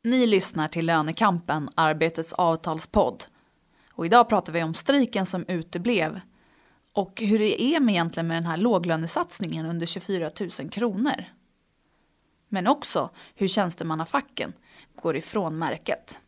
Ni lyssnar till Lönekampen, Arbetets avtalspodd. Och idag pratar vi om strejken som uteblev och hur det är egentligen med den här låglönesatsningen under 24 000 kronor. Men också hur tjänstemannafacken går ifrån märket.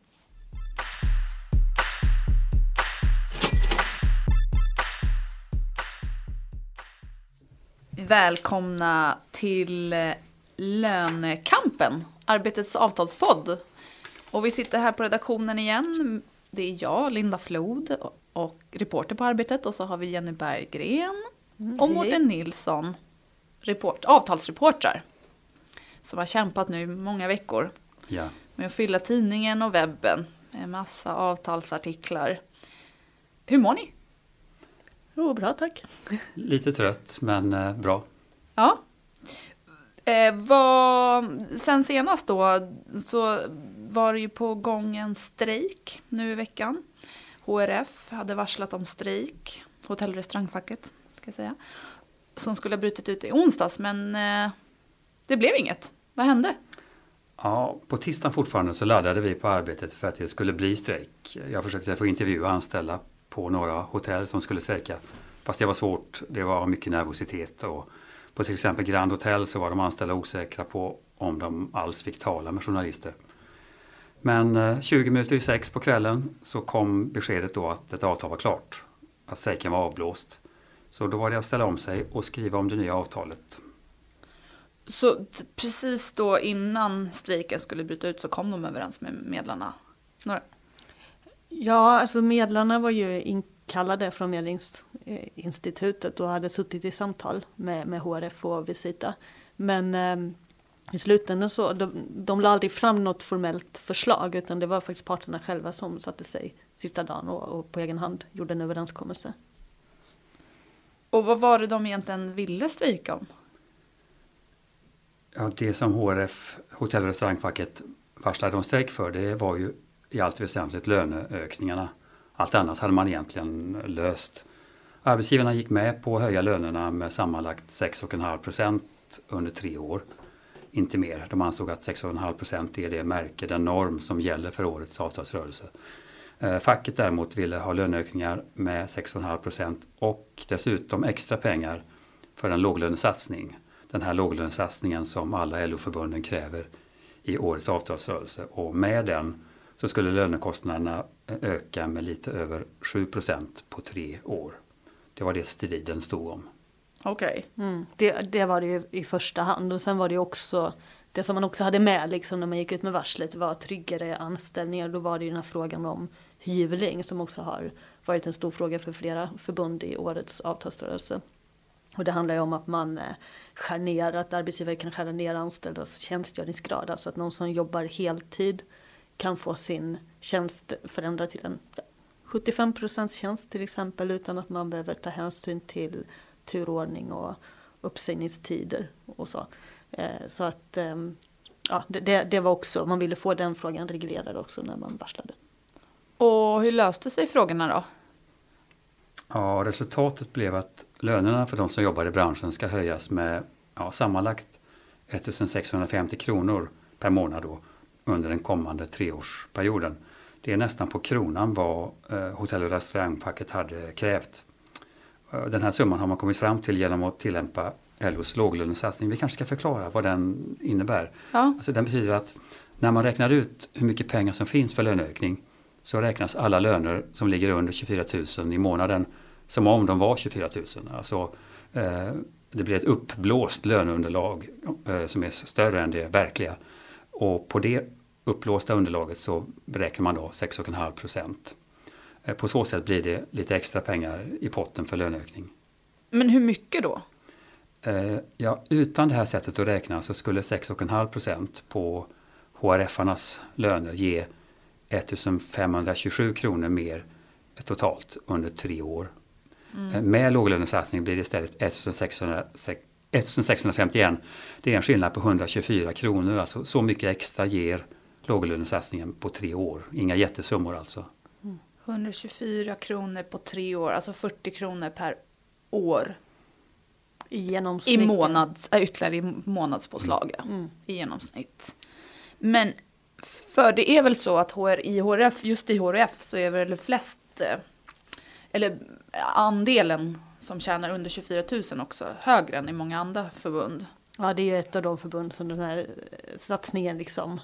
Välkomna till Lönekampen, Arbetets avtalspodd. Och vi sitter här på redaktionen igen. Det är jag, Linda Flod, och reporter på Arbetet. Och så har vi Jenny Berggren och Mårten Nilsson, avtalsreportrar. Som har kämpat nu i många veckor med att fylla tidningen och webben med massa avtalsartiklar. Hur mår ni? Jo, bra tack. Lite trött, men bra. Ja. Sen senast då så var det ju på gång en strejk nu i veckan. HRF hade varslat om strejk, hotell- och restaurangfacket ska jag säga, som skulle ha brutit ut i onsdags, men det blev inget. Vad hände? Ja, på tisdagen fortfarande så laddade vi på Arbetet för att det skulle bli strejk. Jag försökte få intervjua anställda på några hotell som skulle strejka. Fast det var svårt, det var mycket nervositet och på till exempel Grand Hotel så var de anställda osäkra på om de alls fick tala med journalister. Men 20 minuter i 6 på kvällen så kom beskedet då att ett avtal var klart. Att strejken var avblåst. Så då var det att ställa om sig och skriva om det nya avtalet. Så precis då innan strejken skulle bryta ut så kom de överens med medlarna? Ja, alltså medlarna var ju inkallade från Medlingsinstitutet och hade suttit i samtal med HRF och Visita. Men i slutändan så, de la aldrig fram något formellt förslag, utan det var faktiskt parterna själva som satte sig sista dagen och på egen hand gjorde en överenskommelse. Och vad var det de egentligen ville strejka om? Ja, det som HRF, hotell- och restaurangfacket, varslade om strejk för, det var ju i allt väsentligt löneökningarna. Allt annat hade man egentligen löst. Arbetsgivarna gick med på att höja lönerna med sammanlagt 6,5% under 3 år. Inte mer. De ansåg att 6,5% är det märke, den norm som gäller för årets avtalsrörelse. Facket däremot ville ha löneökningar med 6,5% och dessutom extra pengar för en låglönesatsning. Den här låglönesatsningen som alla LO-förbunden kräver i årets avtalsrörelse. Och med den så skulle lönekostnaderna öka med lite över 7% på 3 år. Det var det striden stod om. Okej. Det var det ju i första hand, och sen var det ju också det som man också hade med liksom, när man gick ut med varslet var tryggare anställningar. Då var det ju den här frågan om hyvling som också har varit en stor fråga för flera förbund i årets avtalsrörelse. Och det handlar ju om att man skär ner, att arbetsgivare kan skära ner anställdas tjänstgöringsgrad. Alltså att någon som jobbar heltid kan få sin tjänst förändrad till en 75% tjänst till exempel, utan att man behöver ta hänsyn till turordning och uppsägningstider och så. Så att ja, det var också, man ville få den frågan reglerad också när man varslade. Och hur löste sig frågorna då? Ja, resultatet blev att lönerna för de som jobbar i branschen ska höjas med sammanlagt 1 650 kronor per månad då, under den kommande 3-årsperioden. Det är nästan på kronan vad hotell- och restaurangfacket hade krävt. Den här summan har man kommit fram till genom att tillämpa LOs låglönesatsning. Vi kanske ska förklara vad den innebär. Ja. Alltså, den betyder att när man räknar ut hur mycket pengar som finns för löneökning så räknas alla löner som ligger under 24 000 i månaden som om de var 24 000. Alltså, det blir ett uppblåst löneunderlag som är större än det verkliga. Och på det uppblåsta underlaget så beräknar man då 6,5%. På så sätt blir det lite extra pengar i potten för löneökning. Men hur mycket då? Utan det här sättet att räkna så skulle 6,5% på HRF-arnas löner ge 1 527 kronor mer totalt under 3 år. Med låglönesatsning blir det istället 1 651. Det är en skillnad på 124 kronor. Alltså så mycket extra ger låglönesatsningen på 3 år. Inga jättesummor alltså. 124 kronor på 3 år, alltså 40 kronor per år. I genomsnitt. Ytterligare i månadspåslag i genomsnitt. Men För det är väl så att just i HRF så är väl flest, eller andelen som tjänar under 24 000 också högre än i många andra förbund. Ja, det är ju ett av de förbund som den här satsningen liksom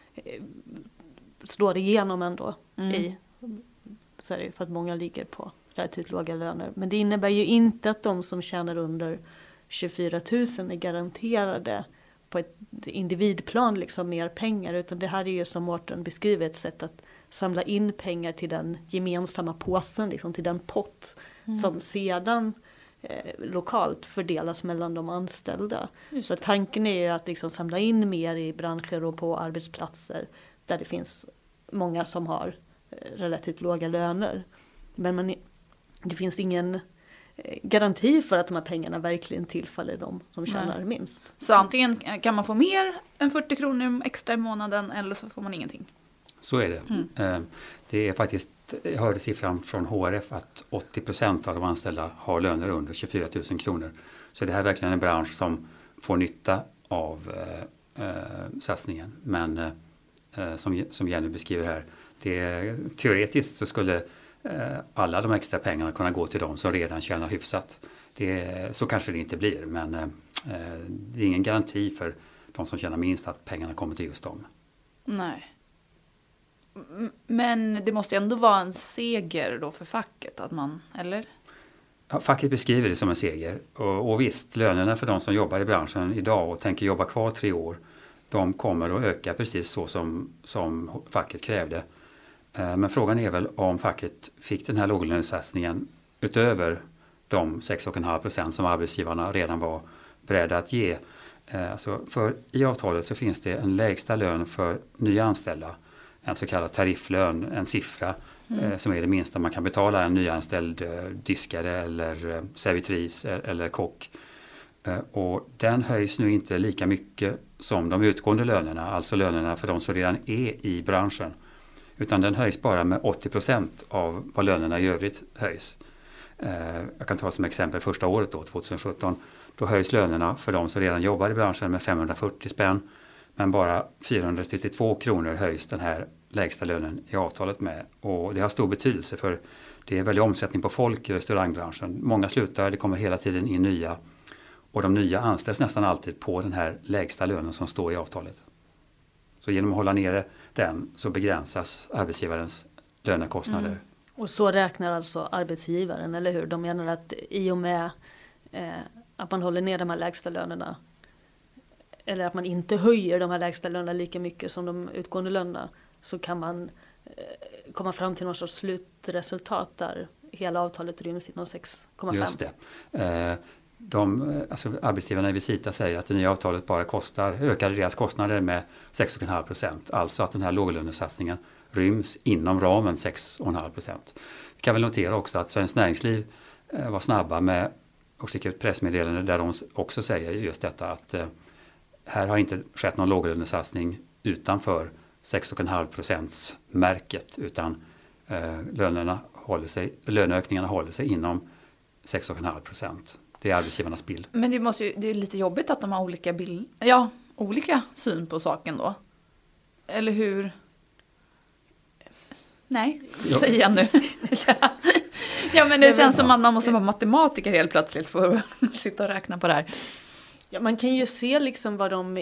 slår igenom ändå i. Så är det, för att många ligger på relativt låga löner. Men det innebär ju inte att de som tjänar under 24 000 är garanterade på ett individplan liksom mer pengar. Utan det här är ju, som Mårten beskriver, ett sätt att samla in pengar till den gemensamma påsen, liksom, till den pott som sedan lokalt fördelas mellan de anställda. Så tanken är ju att liksom samla in mer i branscher och på arbetsplatser där det finns många som har relativt låga löner. Men det finns ingen garanti för att de här pengarna verkligen tillfaller de som tjänar minst. Så antingen kan man få mer än 40 kronor extra i månaden eller så får man ingenting. Så är det. Det är faktiskt, jag hörde siffran från HRF att 80% av de anställda har löner under 24 000 kronor. Så det här är verkligen en bransch som får nytta av satsningen. Men som Jenny beskriver här, teoretiskt så skulle alla de extra pengarna kunna gå till de som redan tjänar hyfsat. Så kanske det inte blir, men det är ingen garanti för de som tjänar minst att pengarna kommer till just dem. Nej. Men det måste ju ändå vara en seger då för facket, att man, eller? Ja, facket beskriver det som en seger. Och visst, lönerna för de som jobbar i branschen idag och tänker jobba kvar 3 år, de kommer att öka precis så som facket krävde. Men frågan är väl om facket fick den här låglönesatsningen utöver de 6,5% som arbetsgivarna redan var beredda att ge. För i avtalet så finns det en lägsta lön för nya anställda, en så kallad tarifflön, en siffra som är det minsta man kan betala en nyanställd diskare eller servitris eller kock. Och den höjs nu inte lika mycket som de utgående lönerna, alltså lönerna för de som redan är i branschen. Utan den höjs bara med 80% av vad lönerna i övrigt höjs. Jag kan ta som exempel första året då, 2017. Då höjs lönerna för de som redan jobbar i branschen med 540 spänn. Men bara 432 kronor höjs den här lägsta lönen i avtalet med. Och det har stor betydelse för det är väldigt omsättning på folk i restaurangbranschen. Många slutar, det kommer hela tiden in nya. Och de nya anställs nästan alltid på den här lägsta lönen som står i avtalet. Så genom att hålla nere den så begränsas arbetsgivarens lönekostnader. Och så räknar alltså arbetsgivaren, eller hur? De menar att i och med att man håller ner de här lägsta lönerna, eller att man inte höjer de här lägsta lönerna lika mycket som de utgående lönerna, så kan man komma fram till någon sorts slutresultat där hela avtalet ryms inom 6,5. Just det. Arbetsgivarna i Visita säger att det nya avtalet bara ökade deras kostnader med 6,5%. Alltså att den här låglönesatsningen ryms inom ramen 6,5%. Vi kan väl notera också att Svenskt Näringsliv var snabba med att skicka ut pressmeddelande där de också säger just detta att här har inte skett någon låglönesatsning utanför 6,5% märket, utan löneökningarna håller sig inom 6,5%. Det är arbetsgivarnas bild. Men det är lite jobbigt att de har olika syn på saken då. Eller hur? Nej, säg igen nu. Ja, men det känns som att man måste vara matematiker helt plötsligt för att sitta och räkna på det här. Ja, man kan ju se liksom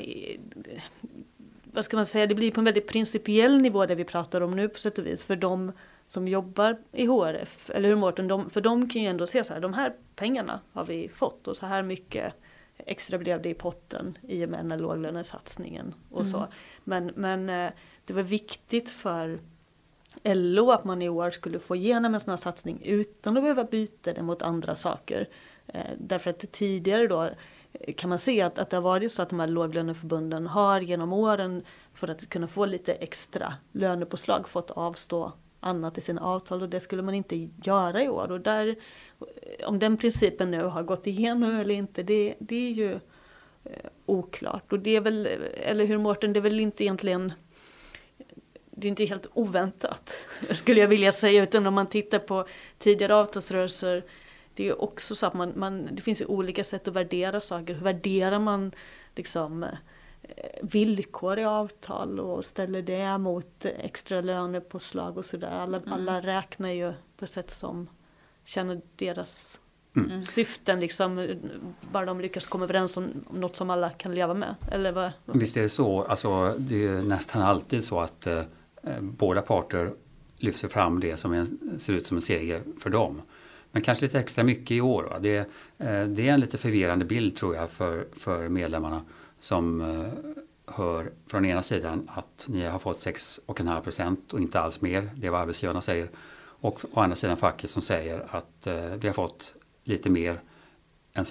vad ska man säga, det blir på en väldigt principiell nivå det vi pratar om nu på sätt och vis. För de som jobbar i HRF, eller hur Mårten, för de kan ju ändå se så här, de här pengarna har vi fått och så här mycket extra blev det i potten i och med den här låglönesatsningen och så. Men det var viktigt för LO att man i år skulle få igenom en sån här satsning utan att behöva byta det mot andra saker. Därför att tidigare då kan man se att det har varit så att de här låglöneförbunden har genom åren, för att kunna få lite extra lönepåslag, fått avstå annat i sina avtal, och det skulle man inte göra i år. Och där, om den principen nu har gått igenom eller inte, det är ju oklart. Och det är väl, eller hur Mårten, det är väl inte egentligen, det är inte helt oväntat skulle jag vilja säga, utan om man tittar på tidigare avtalsrörelser, det är ju också så att det finns ju olika sätt att värdera saker. Hur värderar man liksom villkor i avtal och ställer det mot extra lönepåslag och sådär. Alla räknar ju på ett sätt som känner deras syften, liksom, bara de lyckas komma överens om något som alla kan leva med. Eller vad? Visst är det så, alltså, det är nästan alltid så att båda parter lyfter fram det som ser ut som en seger för dem. Men kanske lite extra mycket i år. Va? Det är en lite förvirrande bild, tror jag, för medlemmarna som hör från ena sidan att ni har fått 6,5% och inte alls mer, det är vad arbetsgivarna säger. Och å andra sidan facket som säger att vi har fått lite mer än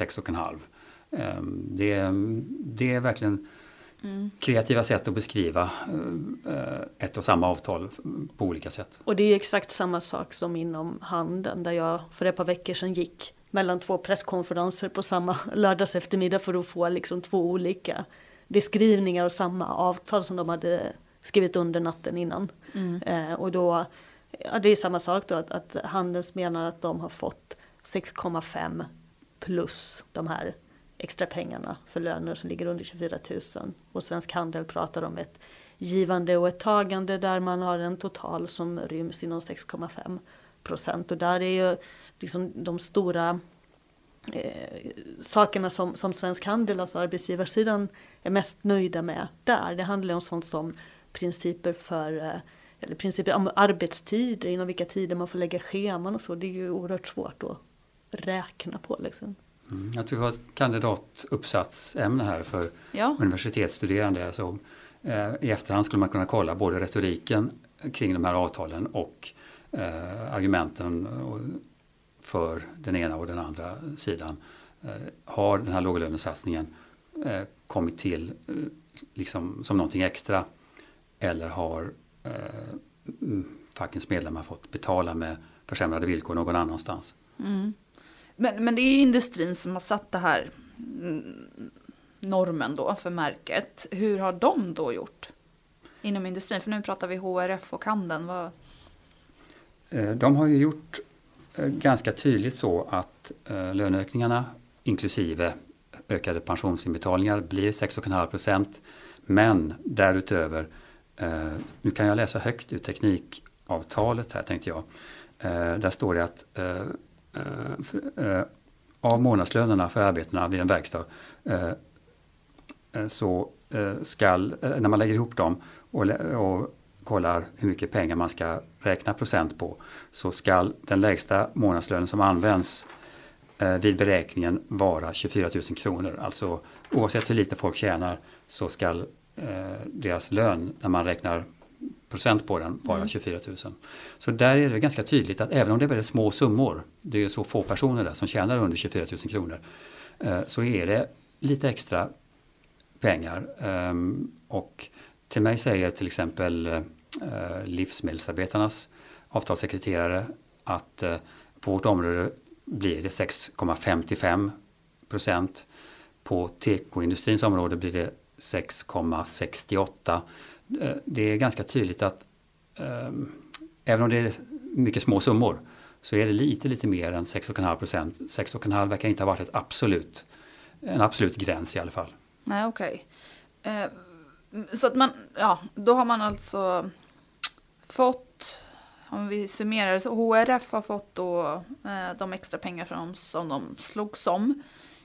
6,5. Det är verkligen kreativa sätt att beskriva ett och samma avtal på olika sätt. Och det är exakt samma sak som inom handeln, där jag för ett par veckor sedan gick mellan 2 presskonferenser på samma lördags eftermiddag för att få liksom 2 olika beskrivningar av samma avtal som de hade skrivit under natten innan. Och då, det är samma sak då, att Handels menar att de har fått 6,5 plus de här extra pengarna för löner som ligger under 24 000. Och Svensk Handel pratar om ett givande och ett tagande där man har en total som ryms inom 6,5%. Och där är ju liksom de stora sakerna som Svensk Handel, alltså arbetsgivarsidan, är mest nöjda med där. Det handlar om sånt som principer om arbetstider, inom vilka tider man får lägga scheman och så. Det är ju oerhört svårt att räkna på liksom. Jag tror det var ett kandidatuppsatsämne här för universitetsstuderande. Alltså, i efterhand skulle man kunna kolla både retoriken kring de här avtalen och argumenten för den ena och den andra sidan. Har den här låglönesatsningen kommit till liksom som någonting extra, eller har fackens medlemmar fått betala med försämrade villkor någon annanstans? Men det är industrin som har satt det här normen då för märket. Hur har de då gjort inom industrin? För nu pratar vi HRF och handeln. De har ju gjort ganska tydligt så att löneökningarna inklusive ökade pensionsinbetalningar blir 6,5%. Men därutöver, nu kan jag läsa högt ur teknikavtalet här, tänkte jag. Där står det att av månadslönerna för arbetena vid en verkstad så skall, när man lägger ihop dem och kollar hur mycket pengar man ska räkna procent på, så ska den lägsta månadslönen som används vid beräkningen vara 24 000 kronor. Alltså oavsett hur lite folk tjänar så ska deras lön, när man räknar procent på den, vara 24 000. Så där är det ganska tydligt att även om det är väldigt små summor, det är så få personer där som tjänar under 24 000 kronor, så är det lite extra pengar. Och till mig säger till exempel livsmedelsarbetarnas avtalssekreterare att på vårt område blir det 6,55%. På tekoindustrins område blir det 6,68%. Det är ganska tydligt att även om det är mycket små summor så är det lite mer än 6,5%. 6,5% verkar inte ha varit en absolut gräns i alla fall. Nej, okej. Så att då har man alltså fått, om vi summerar, så HRF har fått då de extra pengar för dem som de slogs om.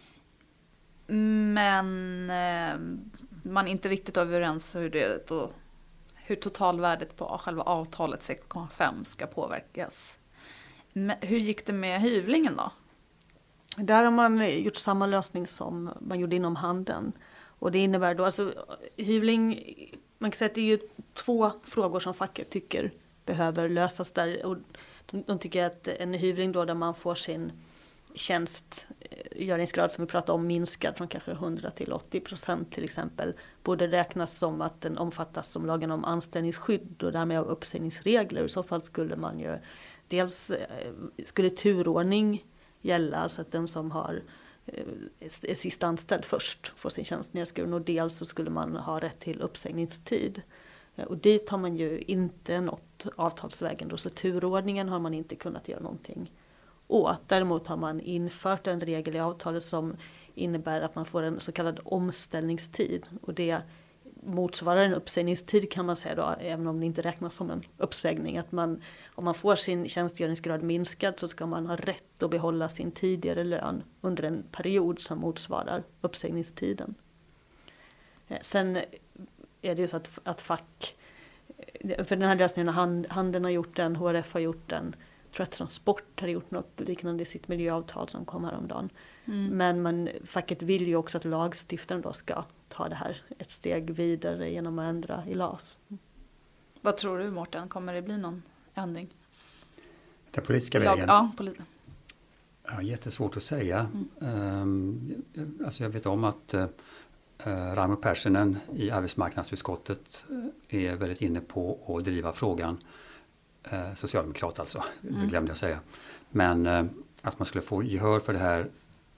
Men man är inte riktigt överens hur totalvärdet på själva avtalet 6,5 ska påverkas. Men hur gick det med hyvlingen då? Där har man gjort samma lösning som man gjorde inom handeln. Och det innebär då, alltså hyvling, man kan säga att det är ju 2 frågor som facket tycker behöver lösas där. Och de tycker att en hyvling då, där man får sin tjänstgöringsgrad som vi pratar om minskad från kanske 100 till 80% till exempel, borde räknas som att den omfattas som lagen om anställningsskydd och därmed av uppsägningsregler. I så fall skulle man ju dels skulle turordning gälla, så att den som är sist anställd först får sin tjänst nedskuren, och dels så skulle man ha rätt till uppsägningstid. Och dit har man ju inte nått avtalsvägen då, så turordningen har man inte kunnat göra någonting åt. Däremot har man infört en regel i avtalet som innebär att man får en så kallad omställningstid. Och det motsvarar en uppsägningstid kan man säga då, även om det inte räknas som en uppsägning. Att om man får sin tjänstgöringsgrad minskad så ska man ha rätt att behålla sin tidigare lön under en period som motsvarar uppsägningstiden. Sen är det ju så att fack, för den här lösningen har handeln har gjort den, HRF har gjort den, jag tror att Transport har gjort något liknande i sitt miljöavtal som kom häromdagen. Men facket vill ju också att lagstiftaren då ska ta det här ett steg vidare genom att ändra i LAS. Vad tror du, Mårten? Kommer det bli någon ändring? Den politiska vägen? Ja, jättesvårt att säga. Alltså jag vet om att Raimo Pärssinen i arbetsmarknadsutskottet är väldigt inne på att driva frågan. Socialdemokrat alltså, det glömde jag säga. Men att man skulle få gehör för det här,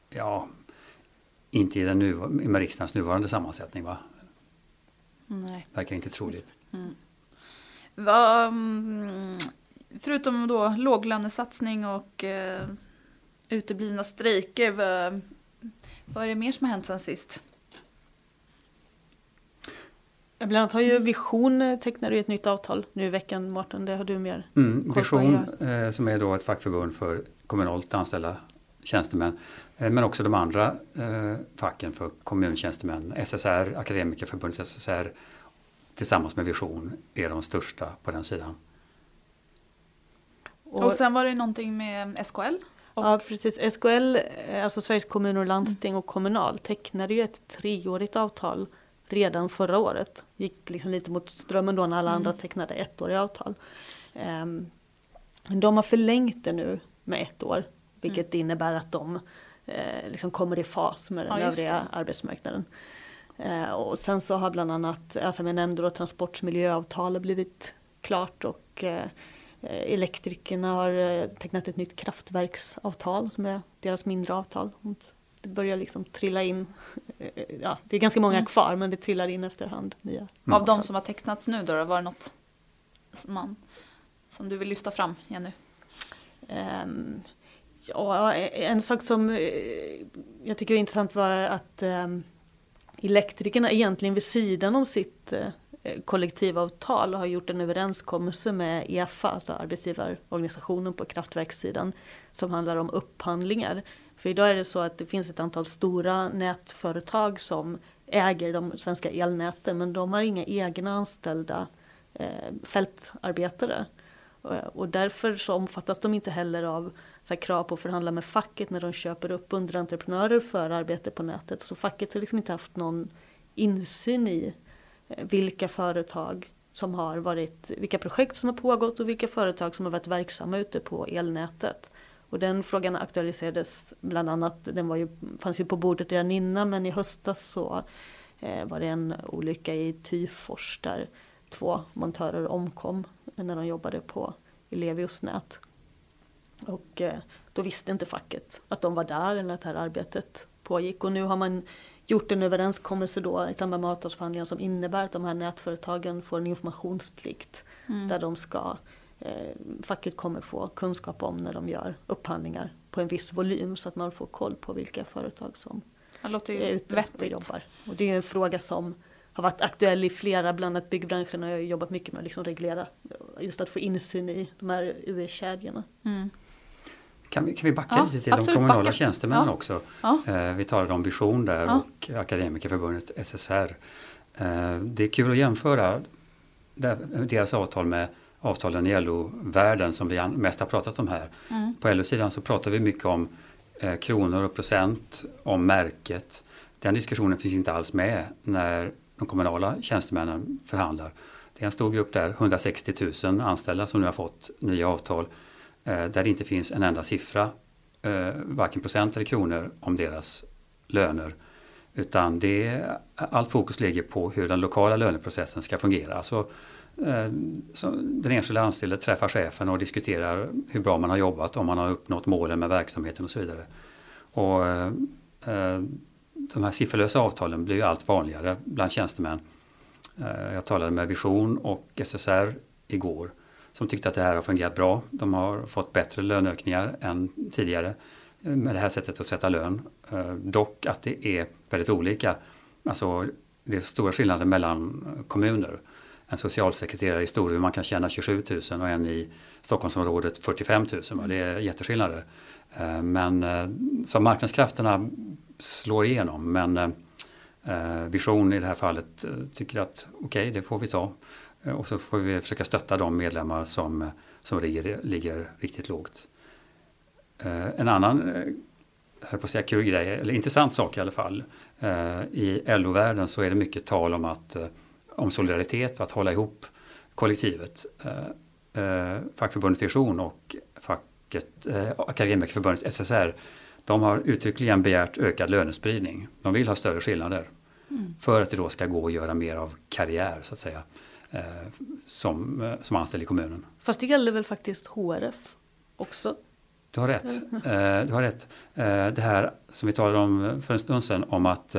inte med riksdagens nuvarande sammansättning, va? Nej. Verkar inte troligt. Förutom då låglönesatsning och uteblivna strejker, vad är det mer som har hänt sen sist? Bland annat har ju Vision tecknat ett nytt avtal nu i veckan, Mårten, det har du mer Vision som är då ett fackförbund för kommunalt anställda tjänstemän, men också de andra facken för kommuntjänstemän, SSR, Akademikerförbundet SSR, tillsammans med Vision är de största på den sidan. Och sen var det någonting med SKL? Ja, precis. SKL, alltså Sveriges kommuner och landsting och Kommunal, tecknade ju ett 3-årigt avtal redan förra året. Gick liksom lite mot strömmen då när alla andra tecknade 1-åriga avtal. De har förlängt det nu med 1 år, vilket innebär att de liksom kommer i fas med den övriga arbetsmarknaden. Och sen så har bland annat, alltså jag nämnde då, Transports miljöavtal har blivit klart, och elektrikerna har tecknat ett nytt kraftverksavtal som är deras mindre avtal. Det börjar liksom trilla in, det är ganska många kvar, men det trillar in efterhand nya. Av de som har tecknats nu då, var det något som du vill lyfta fram, Jenny? En sak som jag tycker är intressant var att elektrikerna egentligen vid sidan om sitt kollektivavtal har gjort en överenskommelse med EFA, alltså arbetsgivarorganisationen på kraftverkssidan, som handlar om upphandlingar. För idag är det så att det finns ett antal stora nätföretag som äger de svenska elnäten, men de har inga egna anställda fältarbetare. Och därför så omfattas de inte heller av så här krav på att förhandla med facket när de köper upp underentreprenörer för arbete på nätet. Så facket har liksom inte haft någon insyn i vilka företag som har varit, vilka projekt som har pågått och vilka företag som har varit verksamma ute på elnätet. Och den frågan aktualiserades bland annat, fanns ju på bordet redan innan, men i höstas så var det en olycka i Tyfors där 2 montörer omkom när de jobbade på Ellevio's nät. Och då visste inte facket att de var där eller att det här arbetet pågick. Och nu har man gjort en överenskommelse då i samband med avtalsförhandlingar som innebär att de här nätföretagen får en informationsplikt där de ska, facket kommer få kunskap om när de gör upphandlingar på en viss volym, så att man får koll på vilka företag som är ute och jobbar. Och det är en fråga som har varit aktuell i flera, bland annat byggbranschen har jobbat mycket med att liksom reglera, just att få insyn i de här UE-kedjorna. Kan vi backa lite till de kommunala tjänstemännen också? Ja. Vi talade om Vision där och Akademikerförbundet SSR. Det är kul att jämföra deras avtal med avtalen i LO-världen som vi mest har pratat om här. På LO-sidan så pratar vi mycket om kronor och procent, om märket. Den diskussionen finns inte alls med när de kommunala tjänstemännen förhandlar. Det är en stor grupp där, 160 000 anställda som nu har fått nya avtal, där det inte finns en enda siffra, varken procent eller kronor, om deras löner. Utan allt fokus ligger på hur den lokala löneprocessen ska fungera. Alltså, den enskilda anställda träffar chefen och diskuterar hur bra man har jobbat, om man har uppnått målen med verksamheten och så vidare. Och de här sifferlösa avtalen blir ju allt vanligare bland tjänstemän. Jag talade med Vision och SSR igår som tyckte att det här har fungerat bra. De har fått bättre löneökningar än tidigare. med det här sättet att sätta lön. Dock att det är väldigt olika. Alltså det är stora skillnader mellan kommuner. En socialsekreterare i Storuman kan tjäna 27 000 och en i Stockholmsområdet 45 000. Det är jätteskillnader. Men så marknadskrafterna slår igenom. Men Vision i det här fallet tycker att okej, det får vi ta. Och så får vi försöka stötta de medlemmar som ligger riktigt lågt. En annan på att säga kul grej, eller intressant sak i alla fall. I LO-världen så är det mycket tal om solidaritet, att hålla ihop kollektivet. Fackförbundet Vision och Akademikerförbundet SSR, de har uttryckligen begärt ökad lönespridning. De vill ha större skillnader för att det då ska gå att göra mer av karriär så att säga som anställd i kommunen. Fast det gäller väl faktiskt HRF också? Du har rätt. Du har rätt. Det här som vi talade om för en stund sedan om att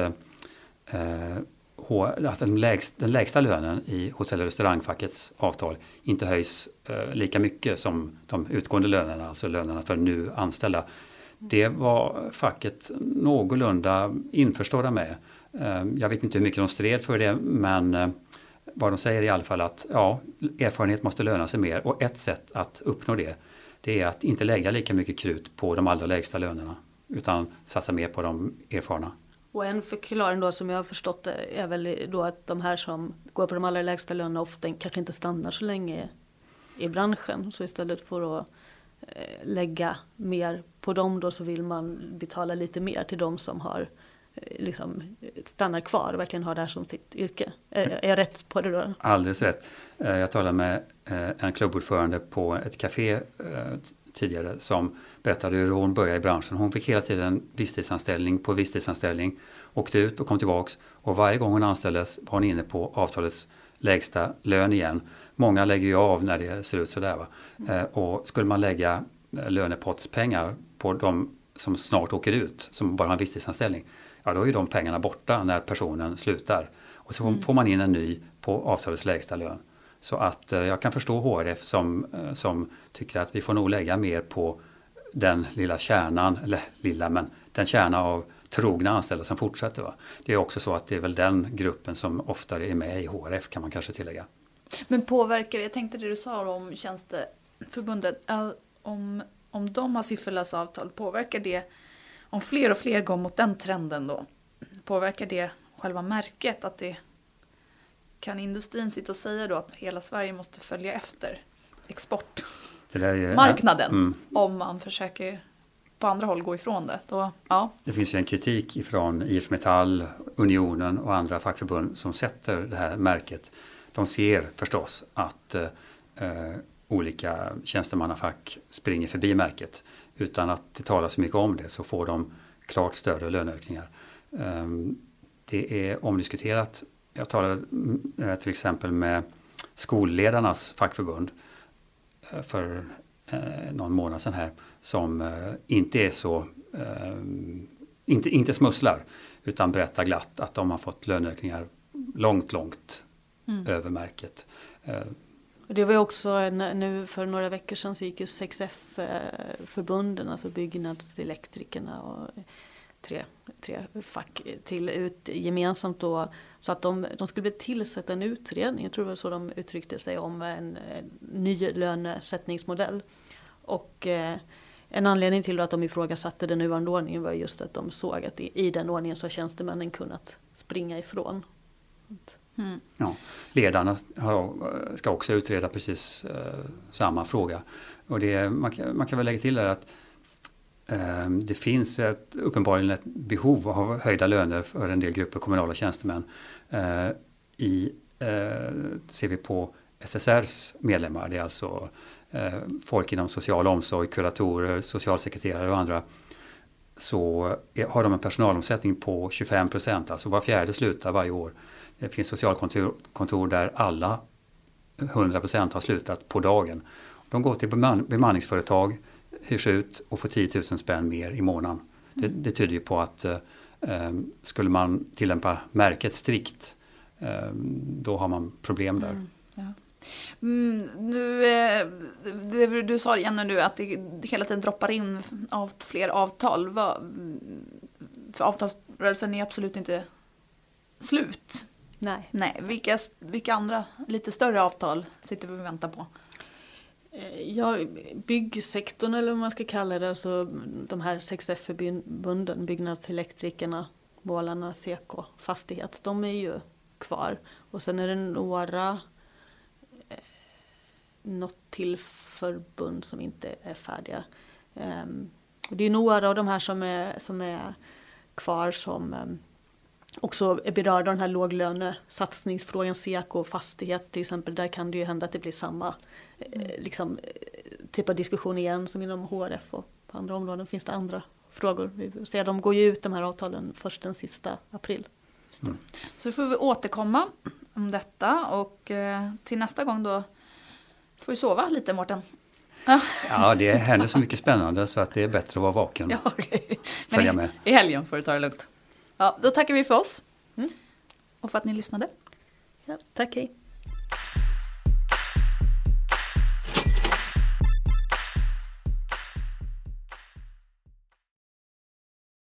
den lägsta lönen i hotell- och restaurangfackets avtal inte höjs lika mycket som de utgående lönerna, alltså lönerna för nu anställda. Det var facket någorlunda införstådda med. Jag vet inte hur mycket de stred för det, men vad de säger är i alla fall att erfarenhet måste löna sig mer, och ett sätt att uppnå det är att inte lägga lika mycket krut på de allra lägsta lönerna utan satsa mer på de erfarna. Och en förklaring då som jag har förstått det är väl då att de här som går på de allra lägsta lönerna ofta kanske inte stannar så länge i branschen. Så istället för att lägga mer på dem då så vill man betala lite mer till dem som har liksom stannar kvar och verkligen har det här som sitt yrke. Är jag rätt på det då? Alldeles rätt. Jag talade med en klubbordförande på ett café tidigare som berättade hur hon började i branschen. Hon fick hela tiden visstidsanställning, åkte ut och kom tillbaks, och varje gång hon anställdes var hon inne på avtalets lägsta lön igen. Många lägger ju av när det ser ut sådär. Och skulle man lägga lönepottspengar på de som snart åker ut, som bara har en visstidsanställning, då är ju de pengarna borta när personen slutar. Och så får man in en ny på avtalets lägsta lön. Så att jag kan förstå HRF som tycker att vi får nog lägga mer på den lilla kärnan, men den kärna av trogna anställda som fortsätter. Va? Det är också så att det är väl den gruppen som oftare är med i HRF, kan man kanske tillägga. Men påverkar det, jag tänkte det du sa om tjänsteförbundet, om de har sifferlösa avtal, påverkar det, om fler och fler går mot den trenden då, påverkar det själva märket, att det kan industrin sitta och säga då att hela Sverige måste följa efter exportmarknaden om man försöker på andra håll gå ifrån det? Då, ja. Det finns ju en kritik ifrån IF Metall, Unionen och andra fackförbund som sätter det här märket. De ser förstås att olika tjänstemannafack springer förbi märket. Utan att det talas så mycket om det så får de klart större löneökningar. Det är omdiskuterat. Jag talade till exempel med skolledarnas fackförbund för någon månad sedan här, som inte är så inte smusslar utan berättar glatt att de har fått löneökningar långt över märket. Det var också nu för några veckor sedan så gick ju 6F-förbunden, alltså byggnadselektrikerna och tre fack till ut gemensamt då, så att de skulle tillsätta en utredning, jag tror det var så de uttryckte sig, om en ny lönesättningsmodell. Och en anledning till att de ifrågasatte den nuvarande ordningen var just att de såg att i den ordningen så har tjänstemännen kunnat springa ifrån. Ja, ledarna ska också utreda precis samma fråga. Och man kan väl lägga till där att det finns uppenbarligen ett behov av höjda löner för en del grupper kommunala tjänstemän. Ser vi på SSRs medlemmar, det är alltså folk inom social omsorg, kuratorer, socialsekreterare och andra, så har de en personalomsättning på 25%, alltså var fjärde slutar varje år. Det finns socialkontor där alla 100% har slutat på dagen. De går till bemanningsföretag, hyrs ut och får 10 000 spänn mer i månaden. Det tyder ju på att skulle man tillämpa märket strikt, då har man problem där. Du sa igen nu att det hela tiden droppar in fler avtal. För avtalsrörelsen är absolut inte slut. Nej. Vilka andra lite större avtal sitter vi och väntar på? Ja, byggsektorn eller vad man ska kalla det, så de här 6F-förbunden, Byggnadselektrikerna, Målarna, Seko, Fastighet, de är ju kvar. Och sen är det något till förbund som inte är färdiga. Och det är några av de här som är kvar som också är berörda av den här låglönesatsningsfrågan, Seko och Fastighet till exempel. Där kan det ju hända att det blir samma typ av diskussion igen som inom HRF, och på andra områden finns det andra frågor. Vi får se, de går ju ut de här avtalen först den sista april. Så får vi återkomma om detta, och till nästa gång då får vi sova lite, Mårten. Ja, det händer så mycket spännande så att det är bättre att vara vaken. Ja, okay. Följa med. I helgen får du ta det lugnt. Ja, då tackar vi för oss och för att ni lyssnade. Ja, tack, hej.